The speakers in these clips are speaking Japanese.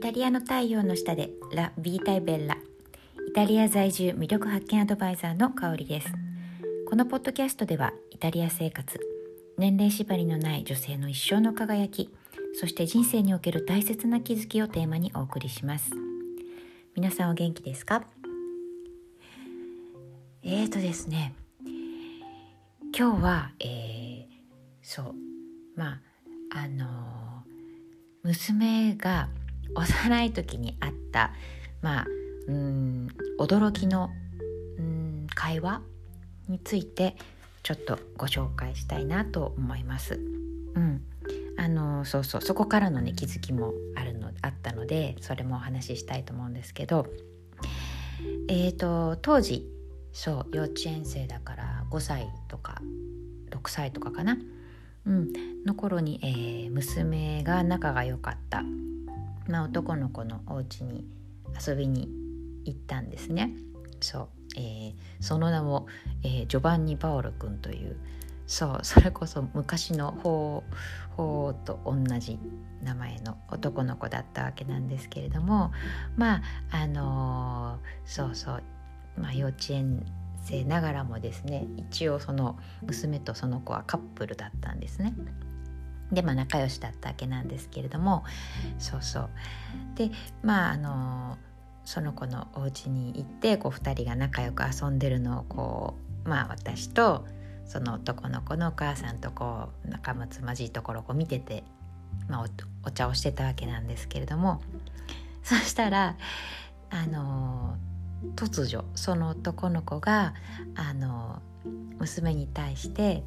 タリアの太陽の下でラ・ビータイベッラ、イタリア在住魅力発見アドバイザーの香里です。このポッドキャストではイタリア生活、年齢縛りのない女性の一生の輝き、そして人生における大切な気づきをテーマにお送りします。皆さんお元気ですか？ですね、今日は、娘が幼い時にあった、驚きの会話についてちょっとご紹介したいなと思います。そこからのね気づきもあったので、それもお話ししたいと思うんですけど、当時幼稚園生だから5歳とか6歳とかかな、の頃に、娘が仲が良かった、男の子のお家に遊びに行ったんですね。その名も、ジョバンニ・パオロ君という、それこそ昔の法と同じ名前の男の子だったわけなんですけれども、幼稚園生ながらもですね、一応その娘とその子はカップルだったんですね。で仲良しだったわけなんですけれども、でその子のお家に行って2人が仲良く遊んでるのを私とその男の子のお母さんと仲睦まじいところを見てて、お茶をしてたわけなんですけれども、そしたら突如その男の子が娘に対して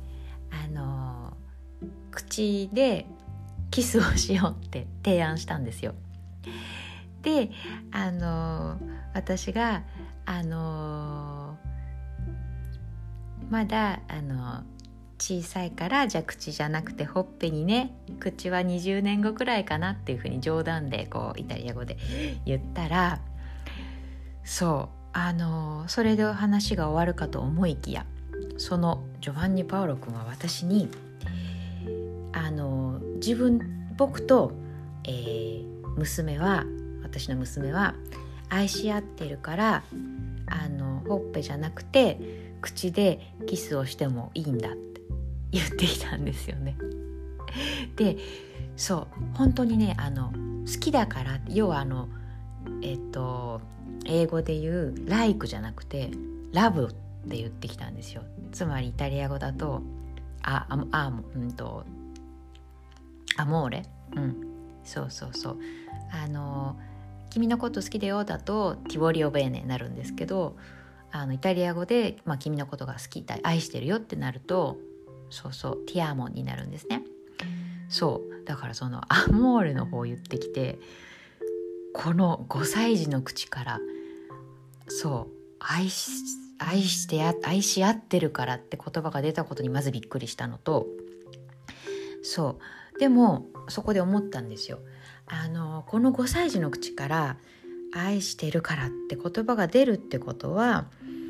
口でキスをしようって提案したんですよ。で私がまだ小さいから、じゃあ口じゃなくてほっぺにね、口は20年後くらいかなっていうふうに冗談でイタリア語で言ったら、それで話が終わるかと思いきや、そのジョバンニ・パオロ君は私に僕と、私の娘は愛し合ってるから、ほっぺじゃなくて口でキスをしてもいいんだって言ってきたんですよね。で本当にね好きだから、要は英語で言うライクじゃなくてラブって言ってきたんですよ。つまりイタリア語だとアモーレ、君のこと好きだよだとティボリオベーネになるんですけど、イタリア語で、君のことが好きだ、愛してるよってなるとティアモになるんですね。だからそのアモーレの方を言ってきて、この5歳児の口から愛し合ってるからって言葉が出たことにまずびっくりしたのと、でもそこで思ったんですよ。この5歳児の口から愛してるからって言葉が出るってことは、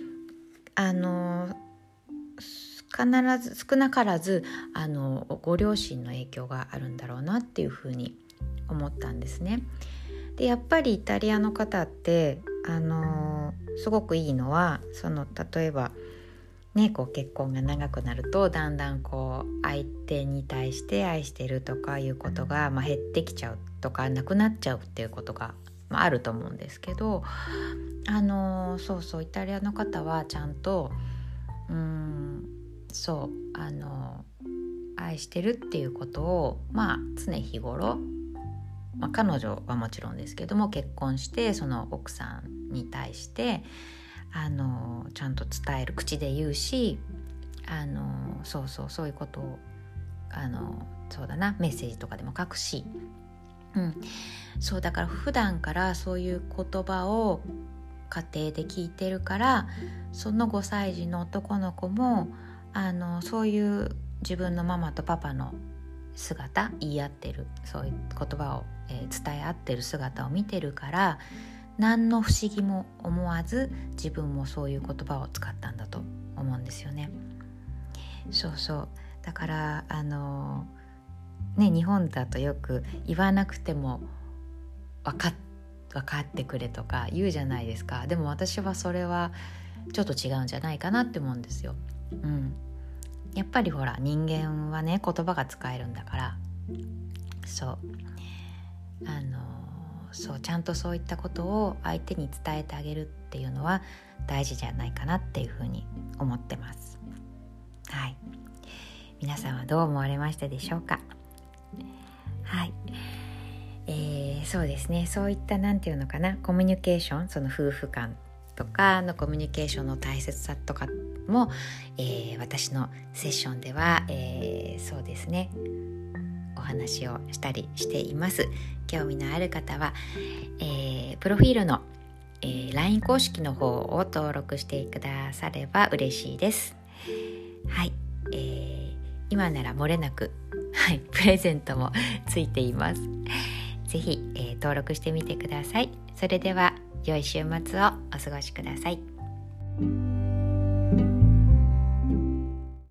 少なからずご両親の影響があるんだろうなっていうふうに思ったんですね。でやっぱりイタリアの方ってすごくいいのは、例えばね、結婚が長くなるとだんだん相手に対して愛してるとかいうことが、減ってきちゃうとかなくなっちゃうっていうことが、あると思うんですけど、イタリアの方はちゃんと愛してるっていうことを、常日頃、彼女はもちろんですけども、結婚してその奥さんに対してちゃんと伝える、口で言うし、そういうことをメッセージとかでも書くし、だから普段からそういう言葉を家庭で聞いてるから、その5歳児の男の子もそういう自分のママとパパの姿、言い合ってる、そういう言葉を、伝え合ってる姿を見てるから、何の不思議も思わず自分もそういう言葉を使ったんだと思うんですよね。だから日本だとよく言わなくても分かってくれとか言うじゃないですか。でも私はそれはちょっと違うんじゃないかなって思うんですよ。やっぱりほら人間はね言葉が使えるんだから、そうちゃんとそういったことを相手に伝えてあげるっていうのは大事じゃないかなっていうふうに思ってます。はい、皆さんはどう思われましたでしょうか。はい、そうですね、そういったなんていうのかな、コミュニケーション、その夫婦間とかのコミュニケーションの大切さとかも、私のセッションでは、そうですねお話をしたりしています。興味のある方は、プロフィールの、LINE 公式の方を登録してくだされば嬉しいです。はい、今なら漏れなく、プレゼントもついています。ぜひ、登録してみてください。それでは良い週末をお過ごしください。